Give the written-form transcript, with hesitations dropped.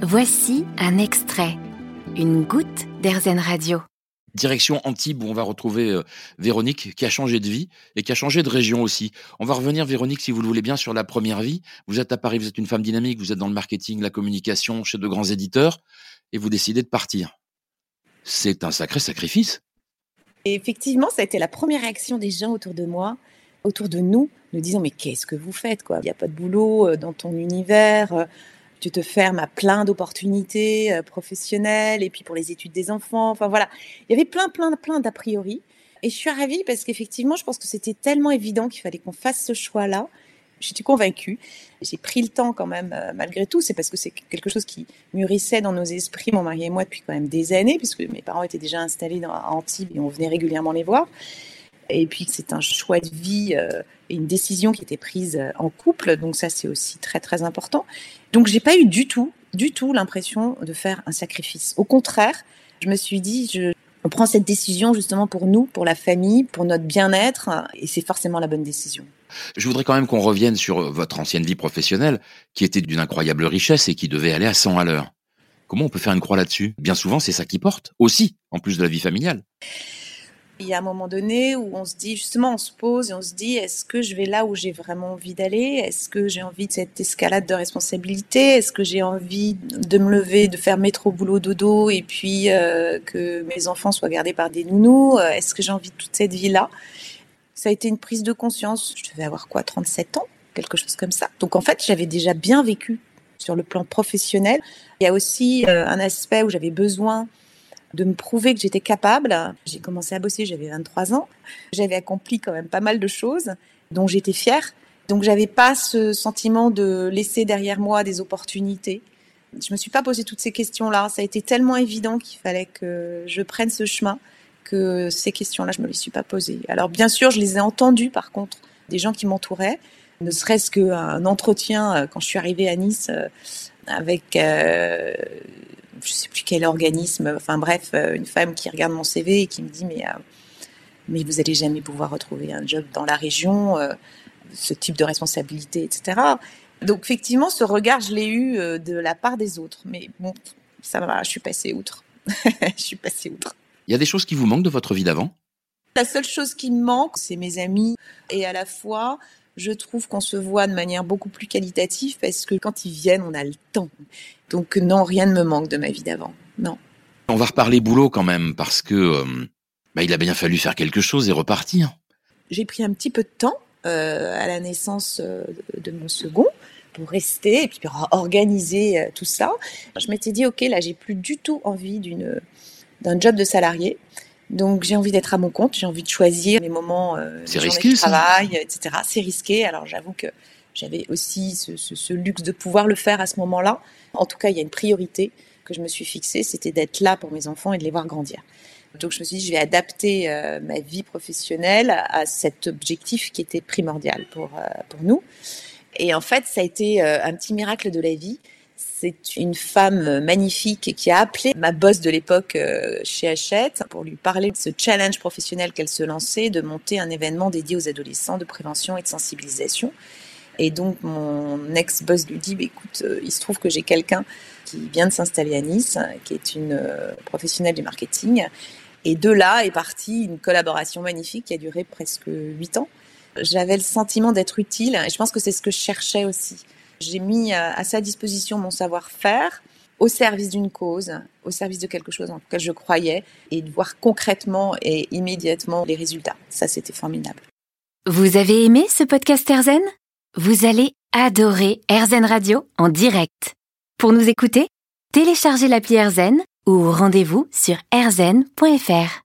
Voici un extrait, une goutte d'Airzen Radio. Direction Antibes où on va retrouver Véronique qui a changé de vie et qui a changé de région aussi. On va revenir, Véronique, si vous le voulez bien, sur la première vie. Vous êtes à Paris, vous êtes une femme dynamique, vous êtes dans le marketing, la communication chez de grands éditeurs et vous décidez de partir. C'est un sacré sacrifice. Et effectivement, ça a été la première réaction des gens autour de moi, autour de nous disant « Mais qu'est-ce que vous faites quoi ? Il n'y a pas de boulot dans ton univers, tu te fermes à plein d'opportunités professionnelles et puis pour les études des enfants. » Enfin voilà, il y avait plein d'a priori. Et je suis ravie parce qu'effectivement, je pense que c'était tellement évident qu'il fallait qu'on fasse ce choix-là. Je suis convaincue. J'ai pris le temps quand même, malgré tout. C'est parce que c'est quelque chose qui mûrissait dans nos esprits, mon mari et moi, depuis quand même des années, puisque mes parents étaient déjà installés à Antibes et on venait régulièrement les voir. Et puis, c'est un choix de vie et une décision qui était prise en couple. Donc ça, c'est aussi très, très important. Donc, j'ai pas eu du tout l'impression de faire un sacrifice. Au contraire, je me suis dit, on prend cette décision justement pour nous, pour la famille, pour notre bien-être. Et c'est forcément la bonne décision. Je voudrais quand même qu'on revienne sur votre ancienne vie professionnelle qui était d'une incroyable richesse et qui devait aller à 100 à l'heure. Comment on peut faire une croix là-dessus ? Bien souvent, c'est ça qui porte aussi, en plus de la vie familiale. Il y a un moment donné où on se dit, justement, on se pose et on se dit, est-ce que je vais là où j'ai vraiment envie d'aller ? Est-ce que j'ai envie de cette escalade de responsabilité ? Est-ce que j'ai envie de me lever, de faire métro, boulot, dodo et puis que mes enfants soient gardés par des nounous ? Est-ce que j'ai envie de toute cette vie-là ? Ça a été une prise de conscience. Je devais avoir 37 ans, quelque chose comme ça. Donc en fait, j'avais déjà bien vécu sur le plan professionnel. Il y a aussi un aspect où j'avais besoin de me prouver que j'étais capable. J'ai commencé à bosser, j'avais 23 ans. J'avais accompli quand même pas mal de choses dont j'étais fière. Donc j'avais pas ce sentiment de laisser derrière moi des opportunités. Je me suis pas posé toutes ces questions-là. Ça a été tellement évident qu'il fallait que je prenne ce chemin que ces questions-là, je me les suis pas posées. Alors bien sûr, je les ai entendues par contre, des gens qui m'entouraient, ne serait-ce qu'un entretien quand je suis arrivée à Nice avec je sais plus quel organisme, enfin bref, une femme qui regarde mon CV et qui me dit mais vous allez jamais pouvoir retrouver un job dans la région, ce type de responsabilité, etc. Donc effectivement, ce regard, je l'ai eu de la part des autres, mais bon, ça va, je suis passée outre. Il y a des choses qui vous manquent de votre vie d'avant ? La seule chose qui me manque, c'est mes amis. Et à la fois, je trouve qu'on se voit de manière beaucoup plus qualitative parce que quand ils viennent, on a le temps. Donc non, rien ne me manque de ma vie d'avant. Non. On va reparler boulot quand même parce que il a bien fallu faire quelque chose et repartir. J'ai pris un petit peu de temps à la naissance de mon second pour rester et puis pour organiser tout ça. Je m'étais dit, ok, là, j'ai plus du tout envie d'un job de salarié. Donc, j'ai envie d'être à mon compte, j'ai envie de choisir mes moments de travail, etc. C'est risqué. Alors, j'avoue que j'avais aussi ce luxe de pouvoir le faire à ce moment-là. En tout cas, il y a une priorité que je me suis fixée, c'était d'être là pour mes enfants et de les voir grandir. Donc, je me suis dit, je vais adapter ma vie professionnelle à cet objectif qui était primordial pour nous. Et en fait, ça a été un petit miracle de la vie. C'est une femme magnifique qui a appelé ma boss de l'époque chez Hachette pour lui parler de ce challenge professionnel qu'elle se lançait, de monter un événement dédié aux adolescents de prévention et de sensibilisation. Et donc, mon ex-boss lui dit, écoute, il se trouve que j'ai quelqu'un qui vient de s'installer à Nice, qui est une professionnelle du marketing. Et de là est partie une collaboration magnifique qui a duré presque 8 ans. J'avais le sentiment d'être utile et je pense que c'est ce que je cherchais aussi. J'ai mis à sa disposition mon savoir-faire au service d'une cause, au service de quelque chose en lequel je croyais et de voir concrètement et immédiatement les résultats. Ça, c'était formidable. Vous avez aimé ce podcast Airzen ? Vous allez adorer Airzen Radio en direct. Pour nous écouter, téléchargez l'appli Airzen ou rendez-vous sur airzen.fr.